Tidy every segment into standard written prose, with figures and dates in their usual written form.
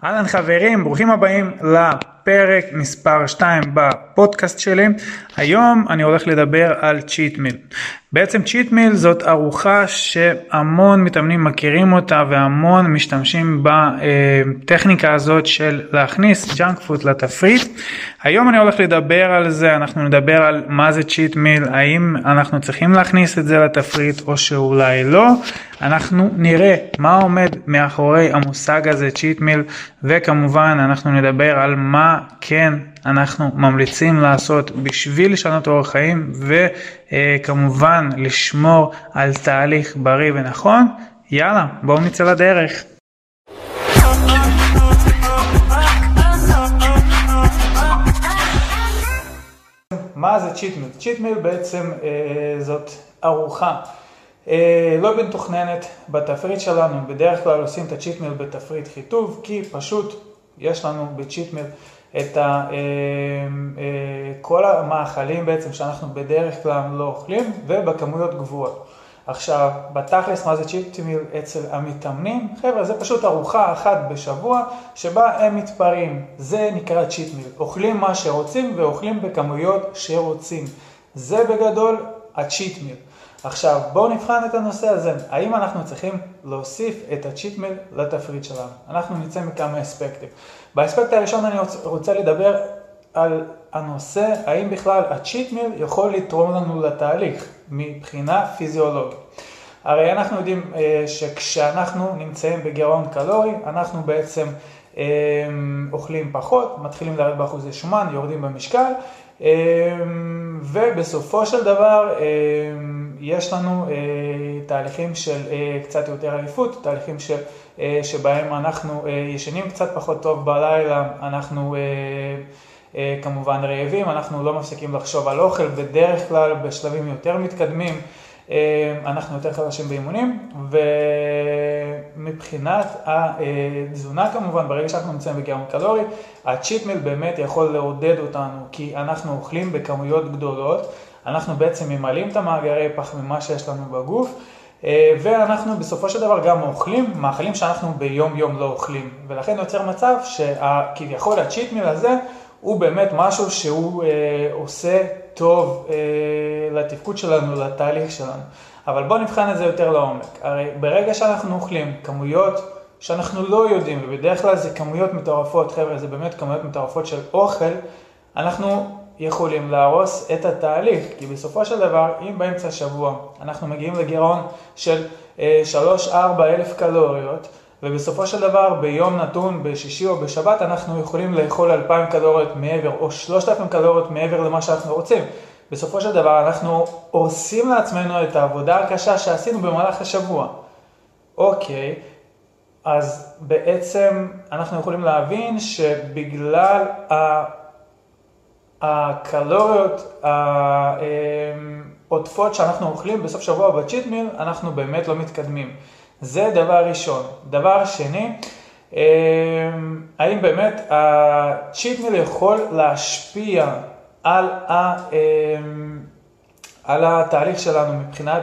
אהלן חברים, ברוכים הבאים לפרק מספר 2 בפודקאסט שלי. היום אני הולך לדבר על צ'יט מיל. בעצם צ'יט מיל זאת ארוחה שהמון מתאמנים מכירים אותה והמון משתמשים בטכניקה הזאת של להכניס ג'אנק פוד לתפריט. היום אני הולך לדבר על זה, אנחנו נדבר על מה זה צ'יט מיל, האם אנחנו צריכים להכניס את זה לתפריט או שאולי לא. אנחנו נראה מה עומד מאחורי המושג הזה צ'יט מיל, וכמובן אנחנו נדבר על מה כן אנחנו ממליצים לעשות בשביל לשנות אורח חיים, וכמובן לשמור על תהליך בריא ונכון. יאללה, בואו נצא לדרך. מה זה צ'יט מיל? צ'יט מיל בעצם זאת ארוחה לא מתוכננת בתפריט שלנו. בדרך כלל עושים את הצ'יט מיל בתפריט חיטוב, כי פשוט יש לנו בצ'יט מיל את כל המאכלים בעצם שאנחנו בדרך כלל לא אוכלים ובכמויות גבוהות. עכשיו, בתכלס מה זה צ'יט מיל אצל המתאמנים? חבר'ה, זה פשוט ארוחה אחת בשבוע שבה הם מתפרעים. זה נקרא צ'יט מיל. אוכלים מה שרוצים ואוכלים בכמויות שרוצים. זה בגדול הצ'יט מיל. עכשיו, בואו נבחן את הנושא הזה. האם אנחנו צריכים להוסיף את הצ'יט מיל לתפריט שלנו? אנחנו נצא מכמה אספקטים. באספקט הראשון אני רוצה לדבר על הנושא, האם בכלל הצ'יט מיל יכול לתרום לנו לתהליך מבחינה פיזיולוגית. הרי אנחנו יודעים שכשאנחנו נמצאים בגירעון קלורי, אנחנו בעצם אוכלים פחות, מתחילים לרדת באחוזי שומן, יורדים במשקל, ובסופו של דבר יש לנו תהליכים של קצת יותר עייפות, תהליכים שבהם אנחנו ישנים קצת פחות טוב בלילה, אנחנו כמובן רעבים, אנחנו לא מפסיקים לחשוב על אוכל, בדרך כלל בשלבים יותר מתקדמים אנחנו יותר חלשים באימונים, ומבחינת התזונה כמובן, ברגע שאנחנו נמצאים בגירעון קלורי, הצ'יט מיל באמת יכול לעודד אותנו, כי אנחנו אוכלים בכמויות גדולות, אנחנו בעצם ממלאים את המאגרי פחמימה שיש לנו בגוף, ואנחנו בסופו של דבר גם אוכלים מאכלים שאנחנו ביום יום לא אוכלים, ולכן יוצר מצב שכביכול הצ'יט מיל הזה הוא באמת משהו שהוא עושה טוב לתפקוד שלנו, לתהליך שלנו. אבל בואו נבחן את זה יותר לעומק. הרי ברגע שאנחנו אוכלים כמויות שאנחנו לא יודעים, ובדרך כלל זה כמויות מטורפות, חבר'ה, זה באמת כמויות מטורפות של אוכל, אנחנו יכולים להרוס את התהליך, כי בסופו של דבר, אם באמצע השבוע אנחנו מגיעים לגירעון של 3-4 אלף קלוריות, ובסופו של דבר ביום נתון, בשישי או בשבת, אנחנו יכולים לאכול 2,000 קלוריות מעבר, או 3,000 קלוריות מעבר למה שאנחנו רוצים. בסופו של דבר אנחנו עושים לעצמנו את העבודה הקשה שעשינו במהלך השבוע. אוקיי, אז בעצם אנחנו יכולים להבין שבגלל הקלוריות העודפות שאנחנו אוכלים בסוף שבוע בצ'יט מיל, אנחנו באמת לא מתקדמים. זה דבר ראשון. דבר שני, האם באמת הצ'יט מיל יכול להשפיע על התהליך שלנו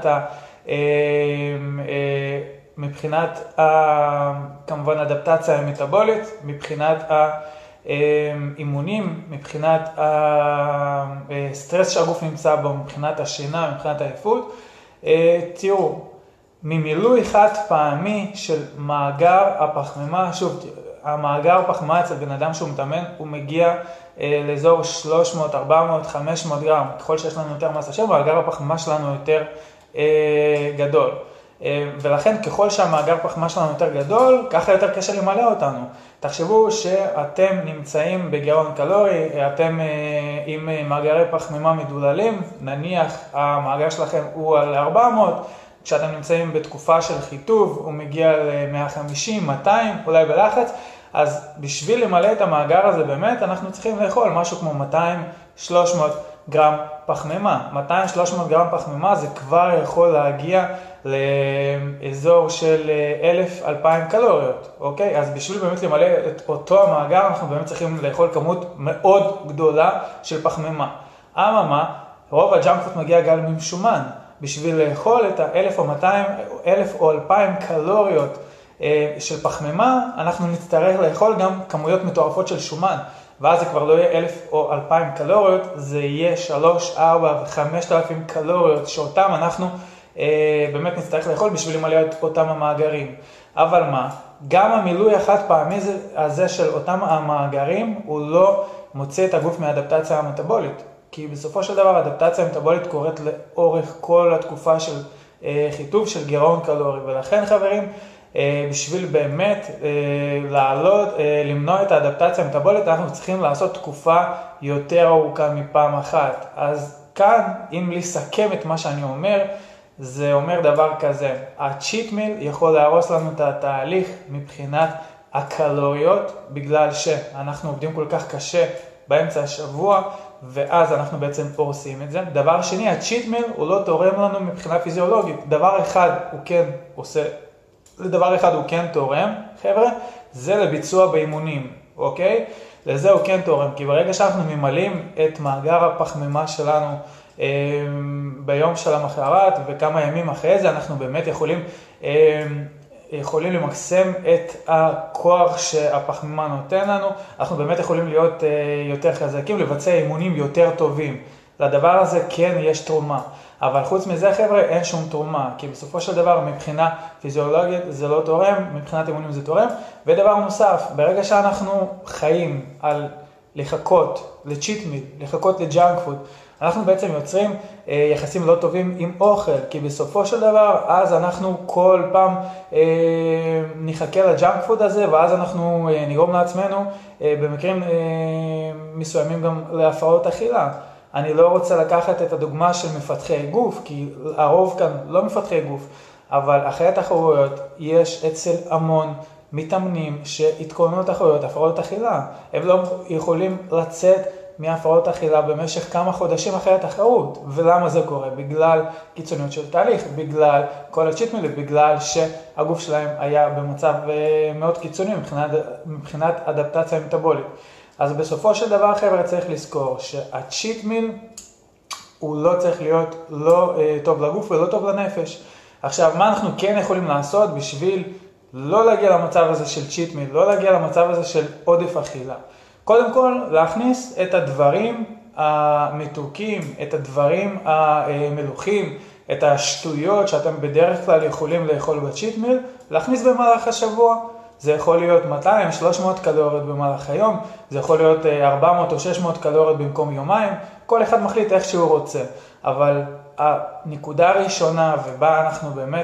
מבחינת כמובן אדפטציה מטאבולית, מבחינת האימונים, מבחינת הסטרס שהגוף נמצא בו, מבחינת השינה, מבחינת העייפות. תראו, ממילוי חד פעמי של מאגר הפחמימה, שוב, המאגר הפחמימה אצל בן אדם שהוא מתאמן, הוא מגיע לאזור 300, 400, 500 גרם. ככל שיש לנו יותר מסה, מאגר הפחמימה שלנו יותר גדול. ולכן ככל שהמאגר הפחמימה שלנו יותר גדול, ככה יותר קשה למלא אותנו. תחשבו שאתם נמצאים בגירעון קלורי, אתם עם מאגרי פחמימה מדוללים, נניח המאגר שלכם הוא על 400, כשאתם נמצאים בתקופה של חיטוב, הוא מגיע ל-150, 200, אולי בלחץ, אז בשביל למלא את המאגר הזה באמת, אנחנו צריכים לאכול משהו כמו 200-300 גרם פחמימה. 200-300 גרם פחמימה זה כבר יכול להגיע לאזור של 1,000-2,000 קלוריות, אוקיי? אז בשביל באמת למלא את אותו המאגר, אנחנו באמת צריכים לאכול כמות מאוד גדולה של פחמימה. אממה, רוב הג'אנק פוד מגיע גם משומן. בשביל לאכול את 1,000 או 200, 1,000 או 2,000 קלוריות של פחמימה, אנחנו נצטרך לאכול גם כמויות מטורפות של שומן. ואז זה כבר לא יהיה 1,000 או 2,000 קלוריות, זה יהיה 3, 4 ו-5,000 קלוריות, שאותם אנחנו באמת נצטרך לאכול בשביל למלא את אותם המאגרים. אבל מה? גם המילוי החד פעמי הזה של אותם המאגרים, הוא לא מוצא את הגוף מהאדפטציה המטבולית. כי בסופו של דבר, האדפטציה המטבולית קורית לאורך כל התקופה של חיטוב של גירעון קלורי. ולכן חברים, בשביל באמת למנוע את האדפטציה המטבולית, אנחנו צריכים לעשות תקופה יותר ארוכה מפעם אחת. אז כאן, אם לסכם את מה שאני אומר, זה אומר דבר כזה, הצ'יט מיל יכול להרוס לנו את התהליך מבחינת הקלוריות, בגלל שאנחנו עובדים כל כך קשה באמצע השבוע, ואז אנחנו בעצם הורסים את זה. דבר שני, הצ'יט מיל הוא לא תורם לנו מבחינה פיזיולוגית. דבר אחד הוא כן תורם, חבר'ה, זה לביצוע באימונים, אוקיי? לזה הוא כן תורם, כי ברגע שאנחנו ממלאים את מאגר הפחמימה שלנו ביום של המחרת וכמה ימים אחרי זה, אנחנו באמת יכולים למקסם את הכוח שהפחמימה נותן לנו, אנחנו באמת יכולים להיות יותר חזקים, לבצע אימונים יותר טובים. לדבר הזה כן יש תרומה, אבל חוץ מזה חבר'ה אין שום תרומה, כי בסופו של דבר מבחינה פיזיולוגית זה לא תורם, מבחינת אימונים זה תורם. ודבר נוסף, ברגע שאנחנו חיים על לחכות לצ'יט מיל, לחכות לג'אנק פוד, אנחנו בעצם יוצרים יחסים לא טובים עם אוכל, כי בסופו של דבר אז אנחנו כל פעם נחכה לג'אנק פוד הזה, ואז אנחנו נגרום לעצמנו במקרים מסוימים גם להפרעות אכילה. אני לא רוצה לקחת את הדוגמה של מפתחי גוף, כי הרוב כאן לא מפתחי גוף, אבל אחרי התחרויות יש אצל המון מתאמנים שהתכוננו לתחרויות, הפרעות אכילה. הם לא יכולים לצאת מהפרעות אכילה במשך כמה חודשים אחרי התחרות. ולמה זה קורה? בגלל קיצוניות של תהליך, בגלל כל הצ'יט מיל, בגלל שהגוף שלהם היה במצב מאוד קיצוני מבחינת אדפטציה מטבולית. אז בסופו של דבר חבר'ה צריך לזכור שהצ'יט מיל הוא לא צריך להיות לא טוב לגוף ולא טוב לנפש. עכשיו מה אנחנו כן יכולים לעשות בשביל לא להגיע למצב הזה של צ'יט מיל, לא להגיע למצב הזה של עודף אכילה? קודם כל להכניס את הדברים המתוקים, את הדברים המלוכים, את השטויות שאתם בדרך כלל יכולים לאכול בצ'יט מיל, להכניס במהלך השבוע. זה יכול להיות 200-300 קלוריות במהלך היום, זה יכול להיות 400 או 600 קלוריות במקום יומיים, כל אחד מחליט איך שהוא רוצה. אבל הנקודה הראשונה ובה אנחנו באמת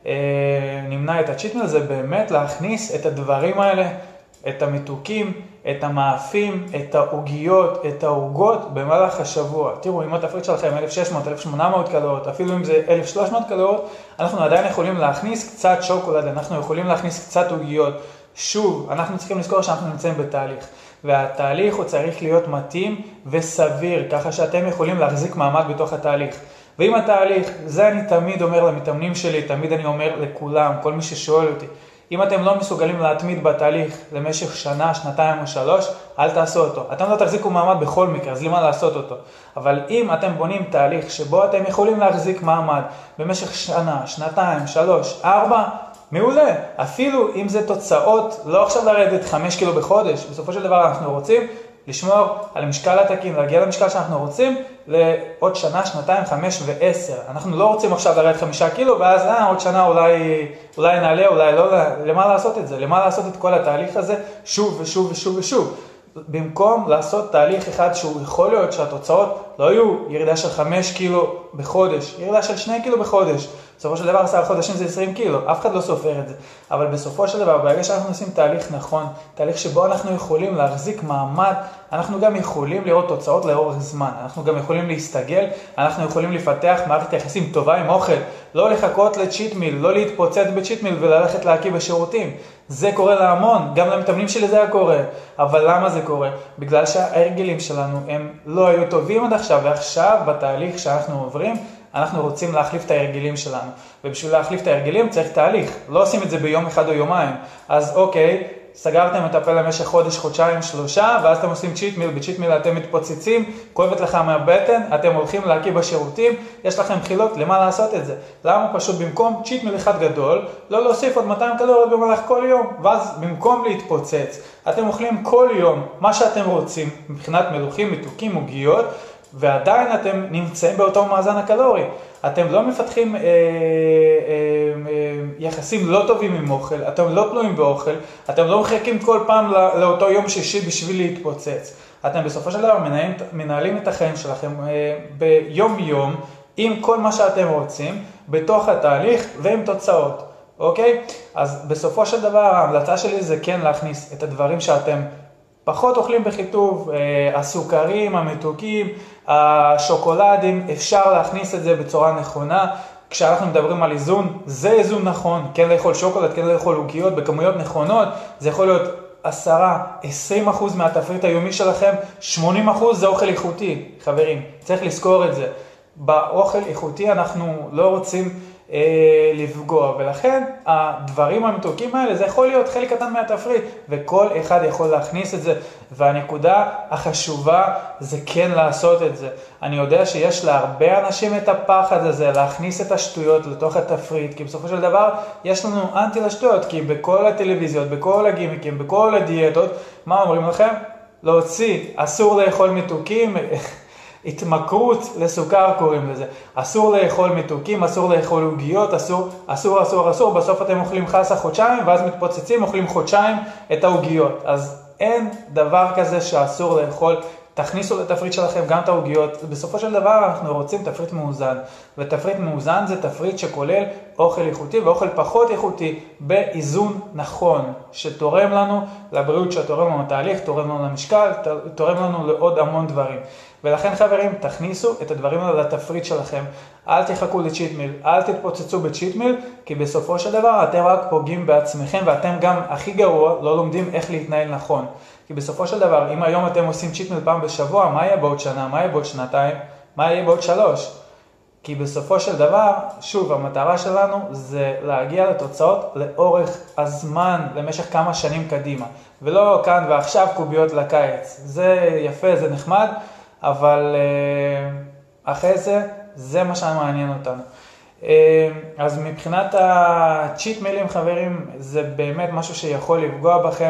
נמנע את הצ'יט מיל, זה באמת להכניס את הדברים האלה, את המתוקים, את המאפים, את העוגיות, את העוגות במהלך השבוע. תראו, אם התפריט שלכם 1,600-1,800 קלוריות, אפילו אם זה 1,300 קלוריות, אנחנו עדיין יכולים להכניס קצת שוקולד, אנחנו יכולים להכניס קצת עוגיות. שוב, אנחנו צריכים לזכור שאנחנו נמצאים בתהליך, והתהליך הוא צריך להיות מתאים וסביר, ככה שאתם יכולים להחזיק מעמד בתוך התהליך. ואם התהליך, זה אני תמיד אומר למתאמנים שלי, תמיד אני אומר לכולם, כל מי ששואל אותי, אם אתם לא מסוגלים להתמיד בתהליך למשך שנה, שנתיים או 3, אל תעשו אותו. אתם לא תחזיקו מעמד בכל מקרה, אז למה לעשות אותו? אבל אם אתם בונים תהליך שבו אתם יכולים להחזיק מעמד במשך שנה, שנתיים, 3, 4, מעולה. אפילו אם זה תוצאות, לא עכשיו לרדת 5 קילו בחודש, בסופו של דבר אנחנו רוצים לשמור על המשקל התקין, להגיע למשקל שאנחנו רוצים לעוד שנה, שנתיים, 5 ו10. אנחנו לא רוצים עכשיו לרדת 5 קילו, ואז עוד שנה אולי נעלה, אולי לא. למה לעשות את זה? למה לעשות את כל התהליך הזה שוב ושוב ושוב ושוב? במקום לעשות תהליך אחד שהוא יכול להיות שהתוצאות לא יהיו ירידה של 5 קילו בחודש, ירידה של 2 קילו בחודש. בסופו של דבר 10 חודשים זה 20 קילו, אף אחד לא סופר את זה. אבל בסופו של דבר, ברגע שאנחנו עושים תהליך נכון, תהליך שבו אנחנו יכולים להחזיק מעמד, אנחנו גם יכולים לראות תוצאות לאורך זמן. אנחנו גם יכולים להסתגל, אנחנו יכולים לפתח מערכת יחסים טובה עם אוכל, לא לחכות לצ'יט מיל, לא להתפוצץ בצ'יט מיל וללכת להקיא בשירותים. זה קורה להמון, גם למתאמנים שלי זה קורה. אבל למה זה קורה? בגלל שההרגלים שלנו הם לא היו טובים עד עכשיו, ועכשיו בתהליך שאנחנו עוברים, אנחנו רוצים להחליף את ההרגלים שלנו. ובשביל להחליף את ההרגלים צריך תהליך. לא עושים את זה ביום אחד או יומיים. אז אוקיי, סגרתם את הפה למשך חודש, חודשיים, 3, ואז אתם עושים צ'יט מיל, בצ'יט מיל אתם מתפוצצים, כואבת לך מהבטן, אתם הולכים להקיא בשירותים, יש לכם חילות, למה לעשות את זה? למה פשוט במקום צ'יט מיל אחד גדול, לא להוסיף עוד 200 קלוריות במהלך כל יום, ואז במקום להתפוצץ, אתם אוכלים כל יום מה שאתם רוצים, מבחינת מלוחים, מתוקים, עוגיות, ועדיין אתם נמצאים באותו מאזן הקלורי. אתם לא מפתחים יחסים לא טובים עם אוכל, אתם לא תלויים באוכל, אתם לא מחכים כל פעם לאותו יום שישי בשביל להתפוצץ. אתם בסופו של דבר מנהלים את החיים שלכם ביום יום, עם כל מה שאתם רוצים, בתוך התהליך ועם תוצאות. אוקיי? אז בסופו של דבר ההמלצה שלי זה כן להכניס את הדברים שאתם פחות אוכלים בחיטוב, הסוכרים, המתוקים, השוקולדים, אפשר להכניס את זה בצורה נכונה. כשאנחנו מדברים על איזון, זה איזון נכון, כן לאכול שוקולד, כן לאכול עוגיות בכמויות נכונות, זה יכול להיות 10-20% מהתפריט היומי שלכם, 80% זה אוכל איכותי, חברים, צריך לזכור את זה. באוכל איכותי אנחנו לא רוצים לפגוע, ולכן הדברים המתוקים האלה זה יכול להיות חלק קטן מהתפריט, וכל אחד יכול להכניס את זה, והנקודה החשובה זה כן לעשות את זה. אני יודע שיש להרבה אנשים את הפחד הזה להכניס את השטויות לתוך התפריט, כי בסופו של דבר יש לנו אנטי לשטויות, כי בכל הטלוויזיות, בכל הגימיקים, בכל הדיאטות, מה אומרים לכם? להוציא, אסור לאכול מתוקים, התמכרות לסוכר קוראים לזה. אסור לאכול מתוקים, אסור לאכול עוגיות, אסור. בסוף אתם אוכלים חסה חודשיים, ואז מתפוצצים, אוכלים חודשיים את העוגיות. אז אין דבר כזה שאסור לאכול. תכניסו לתפריט שלכם גם את העוגיות. בסופו של דבר אנחנו רוצים תפריט מאוזן. ותפריט מאוזן זה תפריט שכולל אוכל איכותי ואוכל פחות איכותי באיזון נכון, שתורם לנו לבריאות, שתורם לנו לתהליך, תורם לנו למשקל, תורם לנו לעוד המון דברים. ולכן חברים, תכניסו את הדברים האלה לתפריט שלכם. אל תחכו לצ'יט מיל, אל תתפוצצו בצ'יט מיל, כי בסופו של דבר אתם רק פוגעים בעצמכם, ואתם גם הכי גרוע לא לומדים איך להתנהל נכון. כי בסופו של דבר, אם היום אתם עושים צ'יט מיל פעם בשבוע, מה יהיה בעוד שנה, מה יהיה בעוד שנתיים, מה יהיה בעוד 3? כי בסופו של דבר, שוב, המטרה שלנו זה להגיע לתוצאות לאורך הזמן, למשך כמה שנים קדימה. ולא כאן ועכשיו קוביות לקיץ. זה יפה, זה נחמד, אבל אחרי זה מה שמעניין אותנו. אז מבחינת הצ'יט מילים, חברים, זה באמת משהו שיכול לפגוע בכם.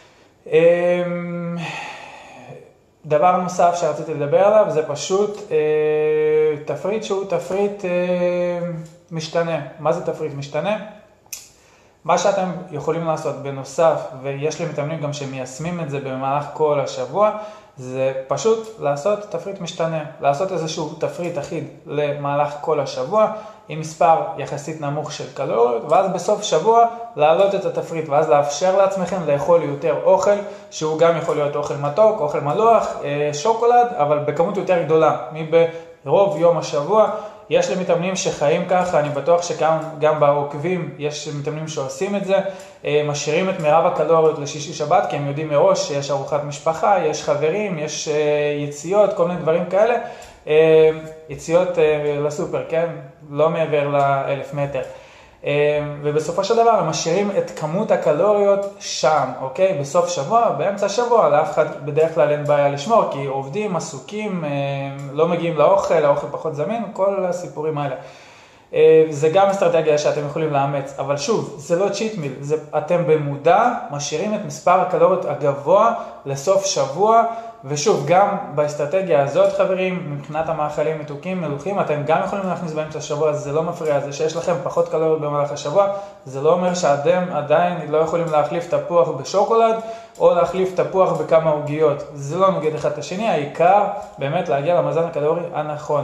דבר נוסף שרציתי לדבר עליו, זה פשוט תפריט שהוא תפריט משתנה. מה זה תפריט משתנה? מה שאתם יכולים לעשות בנוסף, ויש לי מתאמנים גם שמיישמים את זה במהלך כל השבוע, זה פשוט לעשות תפריט משתנה, לעשות איזשהו תפריט אחיד למהלך כל השבוע, עם מספר יחסית נמוך של קלוריות, ואז בסוף שבוע להעלות את התפריט, ואז לאפשר לעצמכם לאכול יותר אוכל, שהוא גם יכול להיות אוכל מתוק, אוכל מלוח, שוקולד, אבל בכמות יותר גדולה, ברוב יום השבוע. יש לי מתאמנים שחיים ככה, אני בטוח שגם בעוקבים יש מתאמנים שעושים את זה, משאירים את מרב הקלוריות לשישי שבת, כי הם יודעים מראש שיש ארוחת משפחה, יש חברים, יש יציאות, כל מיני דברים כאלה, יציאות לסופר, כן? לא מעבר ל1,000 מטר. ובסופו של דבר הם משאירים את כמות הקלוריות שם, אוקיי? בסוף שבוע, באמצע שבוע, לאף אחד בדרך כלל אין בעיה לשמור, כי עובדים, עסוקים, לא מגיעים לאוכל, האוכל פחות זמין, כל הסיפורים האלה. זה גם אסטרטגיה שאתם יכולים לאמץ, אבל שוב, זה לא צ'יט מיל, אתם במודע משאירים את מספר הקלוריות הגבוה לסוף שבוע, ושוב, גם באסטרטגיה הזאת, חברים, מבחינת המאכלים מתוקים, מלוחים, אתם גם יכולים להכניס באמצע השבוע, זה לא מפריע, זה שיש לכם פחות קלוריות במהלך השבוע, זה לא אומר שאתם עדיין לא יכולים להחליף תפוח בשוקולד, או להחליף תפוח בכמה עוגיות. זה לא נוגד אחד את השני, העיקר באמת להגיע למאזן הקלורי הנכון.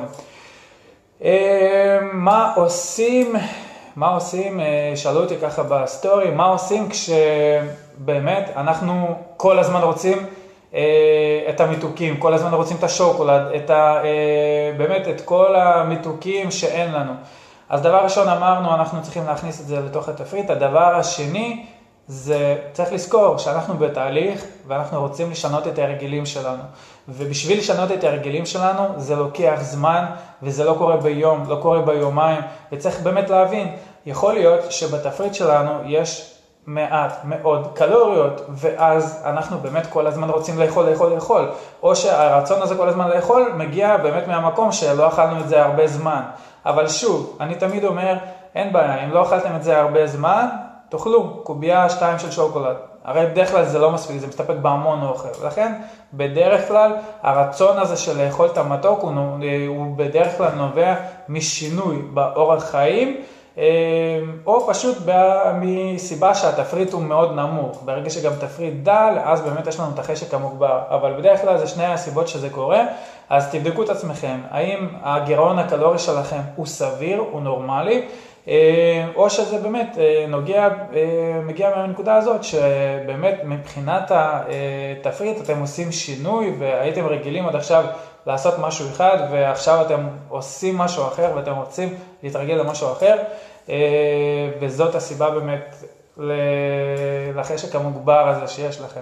מה עושים, שאלו אותי ככה בסטורי, מה עושים כשבאמת אנחנו כל הזמן רוצים את המתוקים, כל הזמן רוצים את השוקולד, באמת את כל המתוקים שאין לנו. אז דבר ראשון אמרנו, אנחנו צריכים להכניס את זה לתוך התפריט. הדבר השני, זה צריך לזכור שאנחנו בתהליך ואנחנו רוצים לשנות את ההרגלים שלנו. ובשביל לשנות את ההרגלים שלנו זה לוקח זמן וזה לא קורה ביום, לא קורה ביומיים. וצריך באמת להבין, יכול להיות שבתפריט שלנו יש מעט מאוד קלוריות, ואז אנחנו באמת כל הזמן רוצים לאכול, או שהרצון הזה כל הזמן לאכול מגיע באמת מהמקום שלא אכלנו את זה הרבה זמן. אבל שוב, אני תמיד אומר, אין בעיה, אם לא אכלתם את זה הרבה זמן, תאכלו קובייה 2 של שוקולד. הרי בדרך כלל זה לא מספיק, זה מסתפק בהמון אוכל. לכן, בדרך כלל, הרצון הזה של לאכול את המתוק הוא בדרך כלל נובע משינוי באורח חיים, או פשוט מסיבה שהתפריט הוא מאוד נמוך. ברגע שגם תפריט דל, אז באמת יש לנו את החשק המוגבר. אבל בדרך כלל זה שני הסיבות שזה קורה, אז תבדקו את עצמכם. האם הגירעון הקלורי שלכם הוא סביר, הוא נורמלי, או שזה באמת מגיע מהנקודה הזאת, שבאמת מבחינת התפריט אתם עושים שינוי, והייתם רגילים עד עכשיו לעשות משהו אחד, ועכשיו אתם עושים משהו אחר, ואתם רוצים להתרגל למשהו אחר, וזאת הסיבה באמת לחשק המוגבר הזה שיש לכם.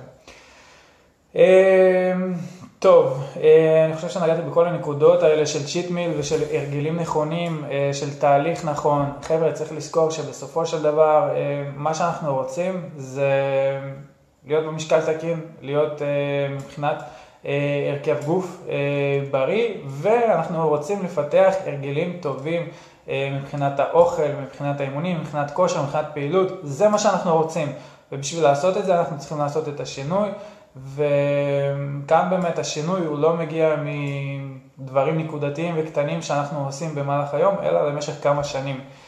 טוב, אני חושב שנגעתי בכל הנקודות האלה של צ'יט מיל ושל הרגלים נכונים, של תהליך נכון. חבר'ה, צריך לזכור שבסופו של דבר, מה שאנחנו רוצים זה להיות במשקל תקין, להיות מבחינת הרכב גוף בריא, ואנחנו רוצים לפתח הרגלים טובים מבחינת האוכל, מבחינת האימונים, מבחינת כושר, מבחינת פעילות. זה מה שאנחנו רוצים, ובשביל לעשות את זה אנחנו צריכים לעשות את השינוי. וכאן באמת השינוי הוא לא מגיע מדברים נקודתיים וקטנים שאנחנו עושים במהלך היום, אלא למשך כמה שנים.